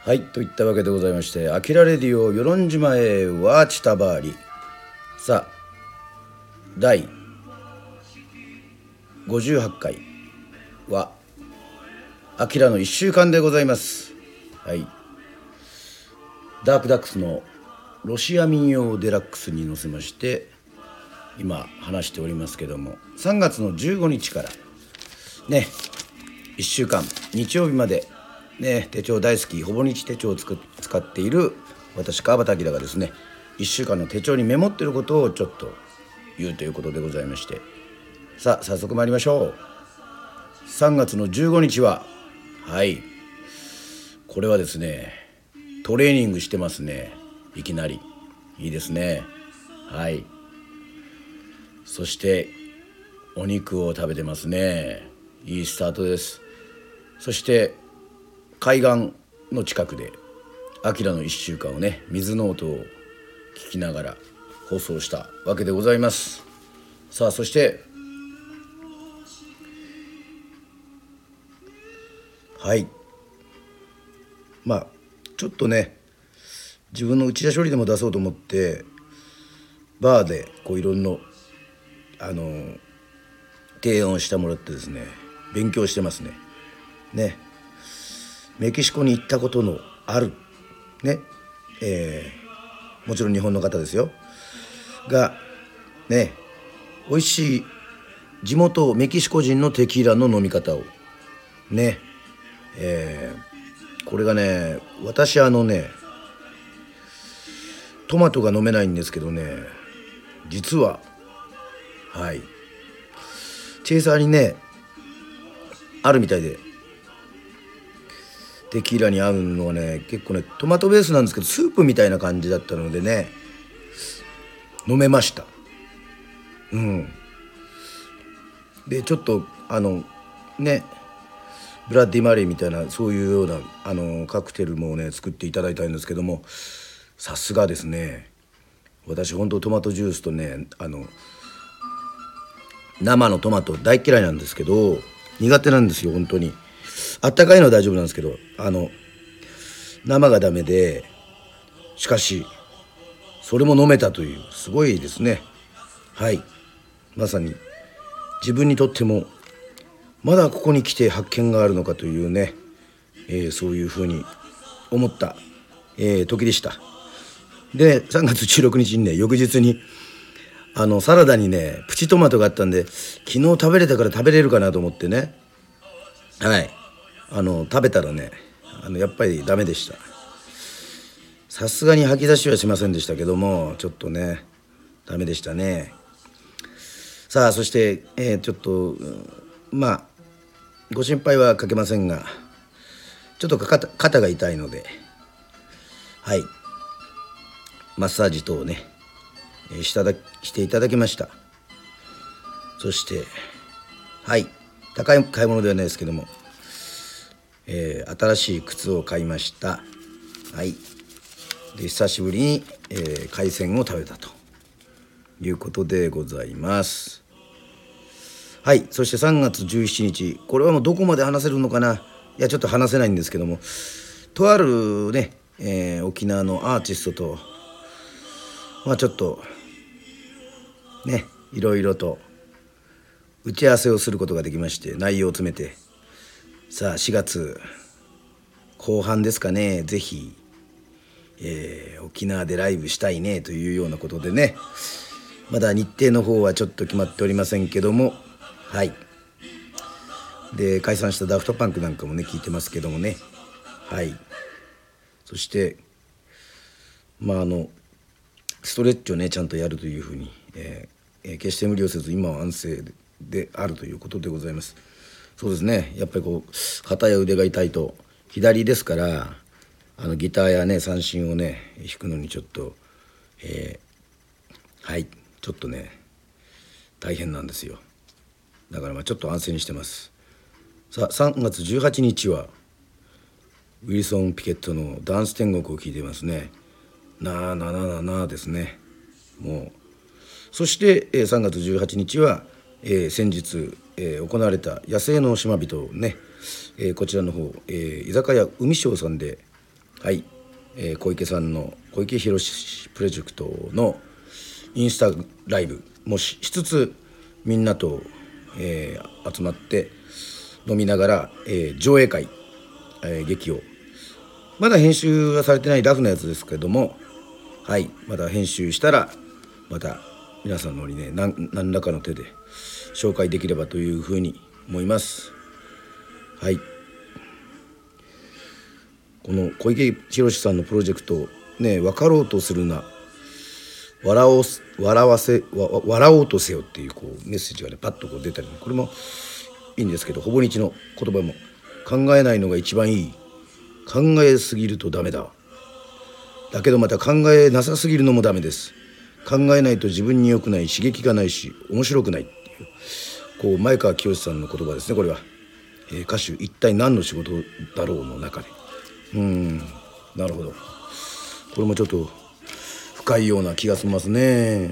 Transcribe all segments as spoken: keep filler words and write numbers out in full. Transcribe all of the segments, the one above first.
はい、といったわけでございまして、アキラレディオ与論島へはチタバーリ。さあ、第ごじゅうはちかいはアキラのいっしゅうかんでございます。はい、ダークダックスのロシア民謡デラックスに乗せまして今話しておりますけども、さんがつのじゅうごにちからね、いっしゅうかん日曜日までね、手帳大好きほぼ日手帳をつく使っている私川端明がですね、いっしゅうかんの手帳にメモっていることをちょっと言うということでございまして、さあ早速参りましょう。さんがつのじゅうごにちははいこれはですね、トレーニングしてますね。いきなりいいですね。はい、そしてお肉を食べてますね。いいスタートです。そして海岸の近くでアキラのいっしゅうかんをね、水の音を聞きながら放送したわけでございます。さあそしてはいまあちょっとね、自分の内田処理でも出そうと思ってバーでこういろんなあの提案をしてもらってですね、勉強してますね。ね、メキシコに行ったことのあるね、えー、もちろん日本の方ですよがね、美味しい地元メキシコ人のテキーラの飲み方をね、えー、これがね、私あのねトマトが飲めないんですけどね、実ははいチェイサーにねあるみたいで、テキーラに合うのはね結構ねトマトベースなんですけどスープみたいな感じだったのでね、飲めました。うんでちょっとあのねブラッディマリーみたいなそういうようなあのカクテルもね作っていただいたんですけども、さすがですね。私本当トマトジュースとね、あの生のトマト大嫌いなんですけど、苦手なんですよ本当に。あったかいのは大丈夫なんですけど、あの生がダメで、しかしそれも飲めたというすごいですね。はい、まさに自分にとってもまだここに来て発見があるのかというね、えー、そういうふうに思った、えー、時でした。でさんがつじゅうろくにちにね、翌日にあのサラダにねプチトマトがあったんで、昨日食べれたから食べれるかなと思ってね、はいあの食べたらね、あのやっぱりダメでした。さすがに吐き出しはしませんでしたけども、ちょっとねダメでしたね。さあそして、えー、ちょっとまあご心配はかけませんが、ちょっと肩、肩が痛いので、はいマッサージ等をね、えー、しただしていただきました。そしてはい高い買い物ではないですけども、えー、新しい靴を買いました。はいで久しぶりに、えー、海鮮を食べたということでございます。はい、そしてさんがつじゅうしちにち、これはもうどこまで話せるのかな、いやちょっと話せないんですけども、とあるね、えー、沖縄のアーティストとまあちょっとねいろいろと打ち合わせをすることができまして、内容を詰めて、さあしがつこう半ですかね、ぜひ、えー、沖縄でライブしたいねというようなことでね、まだ日程の方はちょっと決まっておりませんけども、はいで解散したダフトパンクなんかもね聞いてますけどもね、はいそしてまああのストレッチをねちゃんとやるというふうに、えーえー、決して無理をせず今は安静であるということでございます。そうですね、やっぱりこう肩や腕が痛いと、左ですからあのギターやね三振をね弾くのにちょっと、えー、はいちょっとね大変なんですよ。だからまあちょっと安静にしてます。さあさんがつじゅうはちにちはウィルソン・ピケットのダンス天国を聴いていますね。なあなあなあなあなあですね。もうそして、えー、さんがつじゅうはちにちは、えー、先日、えー、行われた野生の島人ね、えー、こちらの方、えー、居酒屋海翔さんではい、えー小池さんの小池博プロジェクトのインスタライブもししつつ、みんなと、えー集まって飲みながら、えー上映会、えー劇をまだ編集はされてないラフなやつですけれども、はい、まだ編集したらまた皆さんのにね、何何らかの手で紹介できればというふうに思います。はい、この小池博さんのプロジェクトね、分かろうとするな、笑おう笑わせわ笑おうとせよっていうこうメッセージがねパッとこう出たり、これもいいんですけど、ほぼ日の言葉も、考えないのが一番いい、考えすぎるとダメだ、だけどまた考えなさすぎるのもダメです、考えないと自分に良くない、刺激がないし面白くないっていう、こう前川清さんの言葉ですね。これは、えー歌手一体何の仕事だろうの中で、うーんなるほど、これもちょっと深いような気がしますね。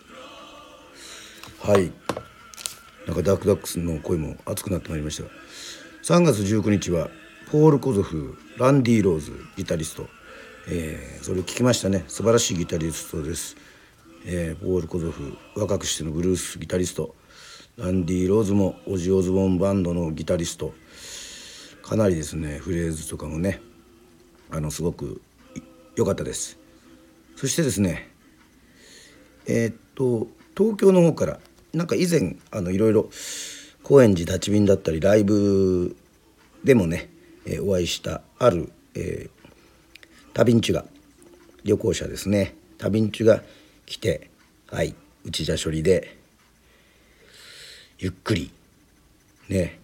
はい、なんかダークダックスの声も熱くなってまいりました。さんがつじゅうくにちはポール・コゾフ、ランディ・ローズギタリスト、えーそれを聞きましたね。素晴らしいギタリストです。えーポール・コゾフ、若くしてのブルースギタリスト、ランディ・ローズもオジ・オズボーンバンドのギタリスト、かなりですね、フレーズとかもね、あのすごく良かったです。そしてですね、えーっと東京の方からなんか以前あのいろいろ高円寺立ち便だったりライブでもね、えーお会いしたある、えー、旅んちが旅行者ですね、旅んちが来て、はい内田処理でゆっくりね、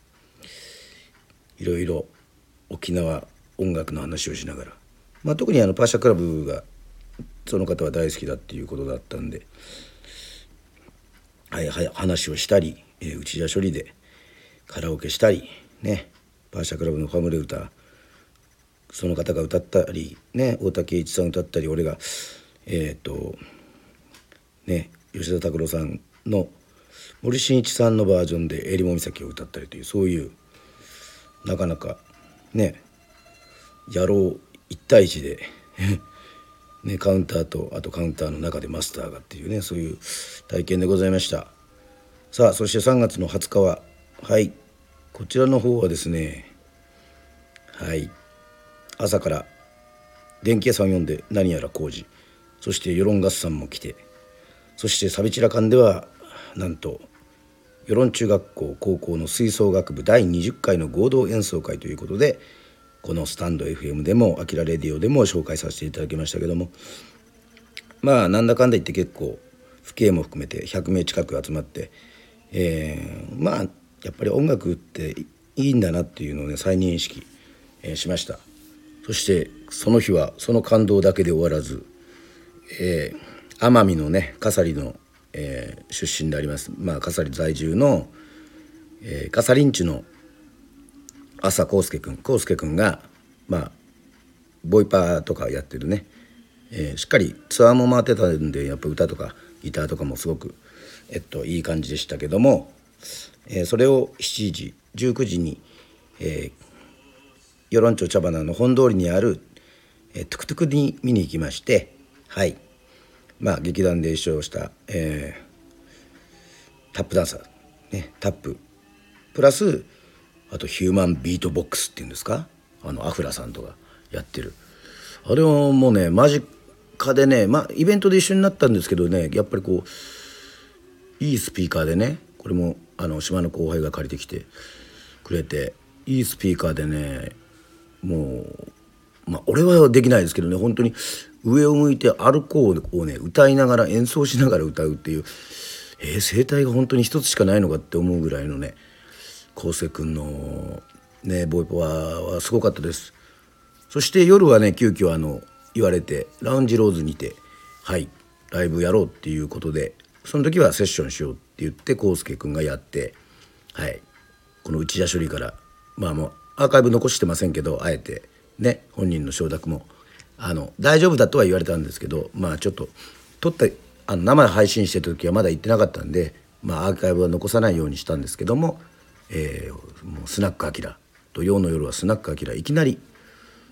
いろいろ沖縄音楽の話をしながら、まあ、特にあのパーシャクラブがその方は大好きだっていうことだったんで、はいはい、話をしたり、えー、内田処理でカラオケしたりね、パーシャクラブのファムレ歌その方が歌ったりね、大竹栄一さん歌ったり、俺がえっ、とね吉田拓郎さんの森進一さんのバージョンで「えりも岬」を歌ったりという、そういうなかなかね野郎一対一でね、カウンターとあとカウンターの中でマスターがっていうね、そういう体験でございました。さあそしてさんがつのはつかは、はいこちらの方はですね、はい朝から電気屋さんを呼んで何やら工事、そして世論合算も来て、そしてサビチラ館ではなんと世論中学校高校の吹奏楽部だいにじゅっかいの合同演奏会ということで、このスタンド エフエム でもアキラレディオでも紹介させていただきましたけども、まあなんだかんだ言って結構父兄も含めてひゃくめい近く集まって、えー、まあやっぱり音楽っていいんだなっていうのをね再認識、えーしました。そしてその日はその感動だけで終わらず、えー、奄美のね笠利の、えー出身であります、まあ笠利在住の、えー、笠林地の朝康介君康介君がまあボイパーとかやってるね、えーしっかりツアーも回ってたんで、やっぱ歌とかギターとかもすごく、えっと、いい感じでしたけども、えーそれをしちじじゅうくじに、えー、与論町茶花の本通りにある、えー、トゥクトゥクに見に行きまして、はいまあ劇団で一緒した、えータップダンサー、ね、タッププラスあとヒューマンビートボックスっていうんですか、あのアフラさんとかやってる、あれはもうね間近でね、まあイベントで一緒になったんですけどね、やっぱりこういいスピーカーでね、これもあの島の後輩が借りてきてくれて、いいスピーカーでね、もうまあ俺はできないですけどね、本当に上を向いて歩こうをね歌いながら演奏しながら歌うっていう、えー、声帯が本当に一つしかないのかって思うぐらいのね、康生君のねボイパはすごかったです。そして夜はね急遽あの言われてラウンジローズにてはいライブやろうっていうことで、その時はセッションしようって言って康介君がやって、はいこの内田処理からまあもうアーカイブ残してませんけど、あえてね本人の承諾もあの大丈夫だとは言われたんですけど、まあちょっと撮ったあの生配信してた時はまだ行ってなかったんで、まあアーカイブは残さないようにしたんですけども、えー、もうスナックアキラ土曜の夜はスナックアキラいきなり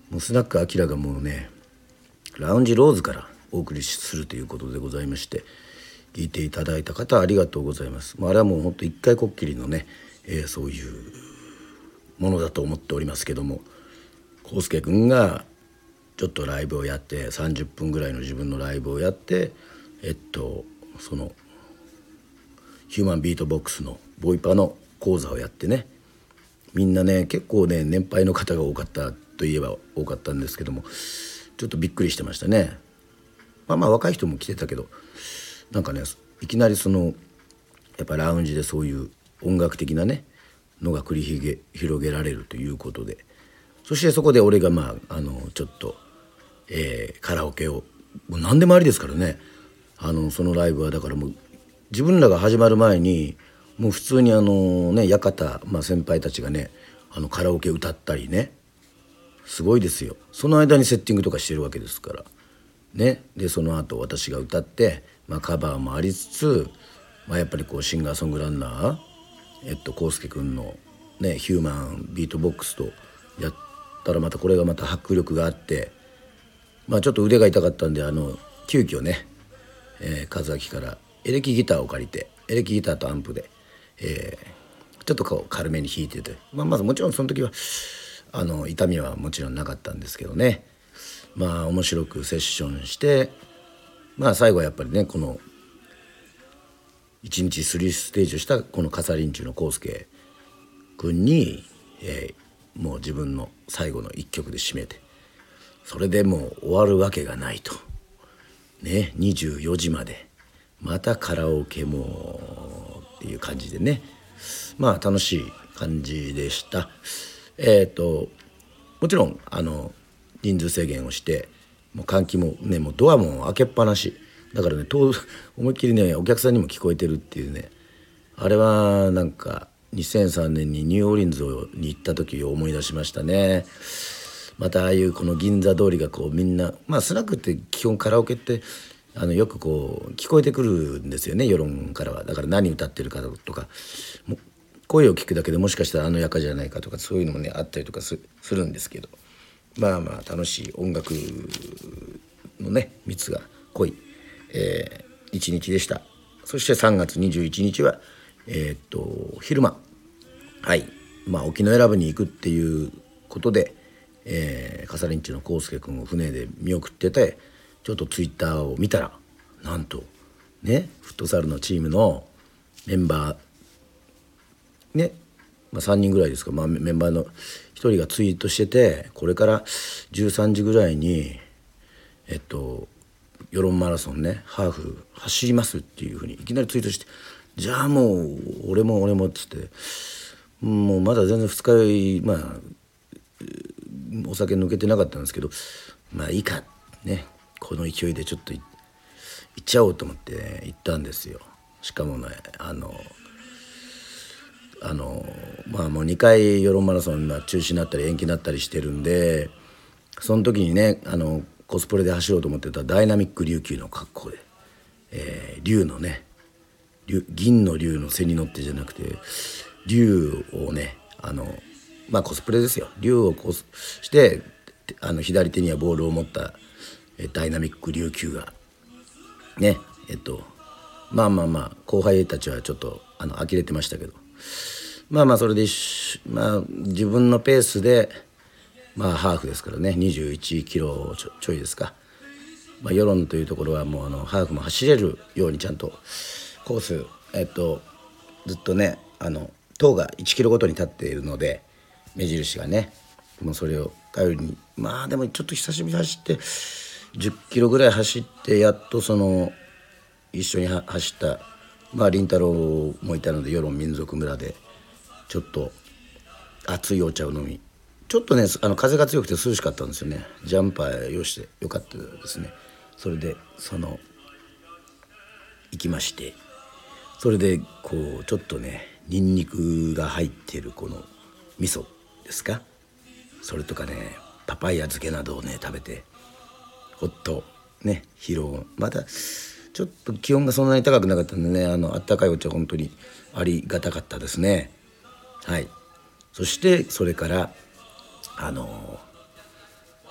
もうスナックアキラがもうねラウンジローズからお送りするということでございまして、聞いていただいた方ありがとうございます。まあ、あれはもうほんと一回こっきりのね、えー、そういうものだと思っておりますけども、康介くんがちょっとライブをやってさんじゅっぷんぐらいの自分のライブをやって、えっとそのヒューマンビートボックスのボイパの講座をやってね、みんなね結構ね年配の方が多かったといえば多かったんですけども、ちょっとびっくりしてましたね。まあまあ若い人も来てたけど、なんかねいきなりそのやっぱラウンジでそういう音楽的なねのが繰り広げられるということで、そしてそこで俺がまああのちょっと、えー、カラオケをもう何でもありですからね。あのそのライブはだからもう自分らが始まる前にもう普通にあのね館、まあ、先輩たちがねあのカラオケ歌ったりね、すごいですよ。その間にセッティングとかしてるわけですからね。でその後私が歌って、まあ、カバーもありつつ、まあ、やっぱりこうシンガーソングランナーえっと康介くんのねヒューマンビートボックスとやったらまたこれがまた迫力があって、まあちょっと腕が痛かったんであの急遽ね、えー、和明からエレキギターを借りてエレキギターとアンプで、えー、ちょっとこう軽めに弾いてて、まあ、まずもちろんその時はあの痛みはもちろんなかったんですけどね、まあ面白くセッションして、まあ最後はやっぱりねこのいちにちスリーステージをしたこの笠林中の康介くんに、えー、もう自分の最後の一曲で締めて、それでもう終わるわけがないとね、にじゅうよじまでまたカラオケもっていう感じでね、まあ楽しい感じでした。えっともちろんあの人数制限をして、もう換気もねもうドアも開けっぱなしだからね、思いっきりねお客さんにも聞こえてるっていうね、あれはなんかにせんさんねんにニューオーリンズに行った時を思い出しましたね。またああいうこの銀座通りがこうみんな、まあスナックって基本カラオケってあのよくこう聞こえてくるんですよね、世論からは。だから何歌ってるかとか、も声を聞くだけでもしかしたらあの役じゃないかとかそういうのもねあったりとか す, するんですけど、まあまあ楽しい音楽のね蜜が濃い、えー、一日でした。そしてさんがつにじゅういちにちはえー、っと昼間、はいまあ沖永良部に行くっていうことで、えー、笠林中の康介君を船で見送ってて、ちょっとツイッターを見たらなんとねフットサルのチームのメンバーね、まあ、さんにんぐらいですか、まあ、メンバーのひとりがツイートしてて、これからじゅうさんじぐらいにえっと世論マラソンねハーフ走りますっていうふうにいきなりツイートして、じゃあもう俺も俺もっつって、もうまだ全然二日酔い、まあお酒抜けてなかったんですけど、まあいいかねこの勢いでちょっと行っちゃおうと思って行ったんですよ。しかもねあのあのまあもうにかい世論マラソンが中止になったり延期になったりしてるんで、その時にねあのコスプレで走ろうと思ってたダイナミック琉球の格好で、えー、竜のね銀の竜の背に乗ってじゃなくて竜をねあのまあコスプレですよ。竜をこうしてあの左手にはボールを持ったダイナミック琉球がねえっとまあまあまあ後輩たちはちょっとあの呆れてましたけど、まあまあそれでまあ自分のペースでまあハーフですからねにじゅういちキロちょ、ちょいですか、まあ、世論というところはもうあのハーフも走れるようにちゃんとコースえっとずっとねあの塔がいちキロごとに立っているので目印がね、もうそれを頼りに、まあでもちょっと久しぶりに走ってじゅっキロぐらい走ってやっとその一緒に走ったまあ凛太郎もいたので世論民族村でちょっと熱いお茶を飲み、ちょっとねあの風が強くて涼しかったんですよね。ジャンパー用してよかったですね。それでその行きまして、それでこうちょっとねニンニクが入っているこの味噌ですか、それとかねパパイヤ漬けなどをね食べてほっとね疲労、またちょっと気温がそんなに高くなかったんでね、あのあったかいお茶本当にありがたかったですね。はい。そしてそれからあの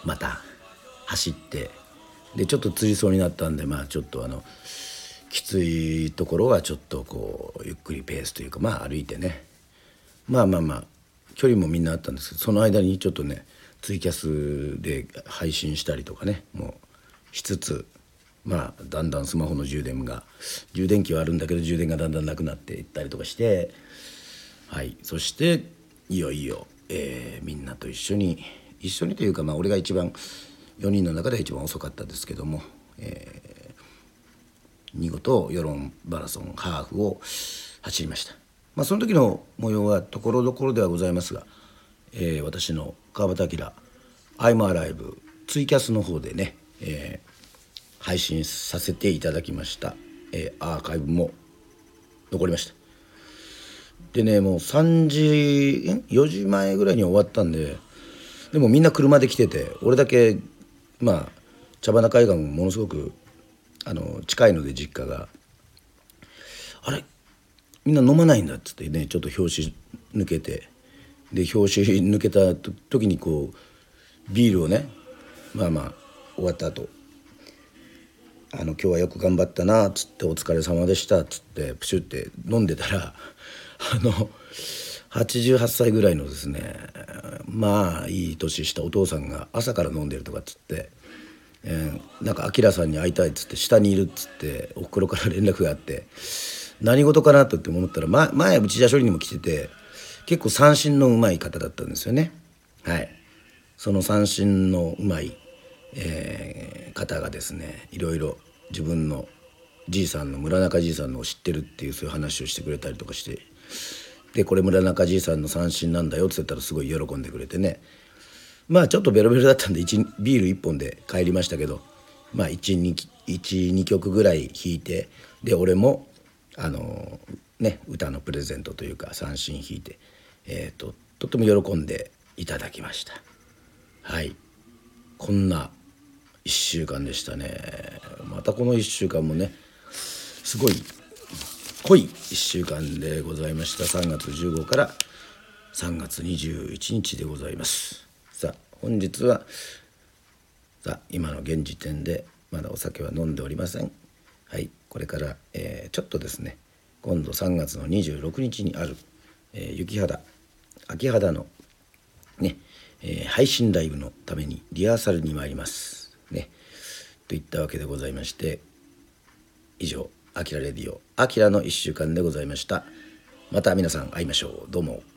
また走って、でちょっとつりそうになったんで、まあちょっとあのきついところはちょっとこうゆっくりペースというか、まあ歩いてね、まあまあまあ距離もみんなあったんですけど、その間にちょっとねツイキャスで配信したりとかねもうしつつ、まあだんだんスマホの充電が充電器はあるんだけど充電がだんだんなくなっていったりとかして、はい、そしていよいよ、えーみんなと一緒に一緒にというか、まあ俺が一番よにんの中では一番遅かったですけども、えー見事世論マラソンハーフを走りました。まあその時の模様はところどころではございますが、えー私の川端明「アイムアライブ」ツイキャスの方でね、えー配信させていただきました、えーアーカイブも残りました。でね、もうさんじよじまえぐらいに終わったんで、でもみんな車で来てて、俺だけまあ茶花海岸もものすごくあの近いので実家が、あれみんな飲まないんだっつってね、ちょっと拍子抜けて、で拍子抜けた時にこうビールをね、まあまあ終わった後、あの今日はよく頑張ったなっつって、お疲れ様でしたっつってプシュって飲んでたら、あのはちじゅうはっさいぐらいのですね、まあいい年したお父さんが朝から飲んでるとかっつって、えーなんか明さんに会いたいっつって下にいるっつっておふくろから連絡があって、何事かなとって思ったら、ま、前内田処理にも来てて、結構三振のうまい方だったんですよね。はい、その三振のうまい、えー方がですね、いろいろ自分のじいさんの村中じいさんのを知ってるっていう、そういう話をしてくれたりとかして、でこれ村中じいさんの三振なんだよって言ったらすごい喜んでくれてね、まあちょっとベロベロだったんで一ビールいっぽんで帰りましたけど、まあいちにきょくぐらい弾いて、で俺もあのね歌のプレゼントというか三振弾いて、えー、ととっても喜んでいただきました。はい、こんないっしゅうかんでしたね。またこのいっしゅうかんもねすごい濃いいっしゅうかんでございました。さんがつじゅうごからさんがつにじゅういちにちでございます。さあ本日はさあ今の現時点でまだお酒は飲んでおりません。はい、これから、えーちょっとですね、今度さんがつのにじゅうろくにちにある、えー雪肌秋肌のね、えー配信ライブのためにリハーサルに参りますね。といったわけでございまして、以上アキラレディオアキラのいっしゅうかんでございました。また皆さん会いましょう。どうも。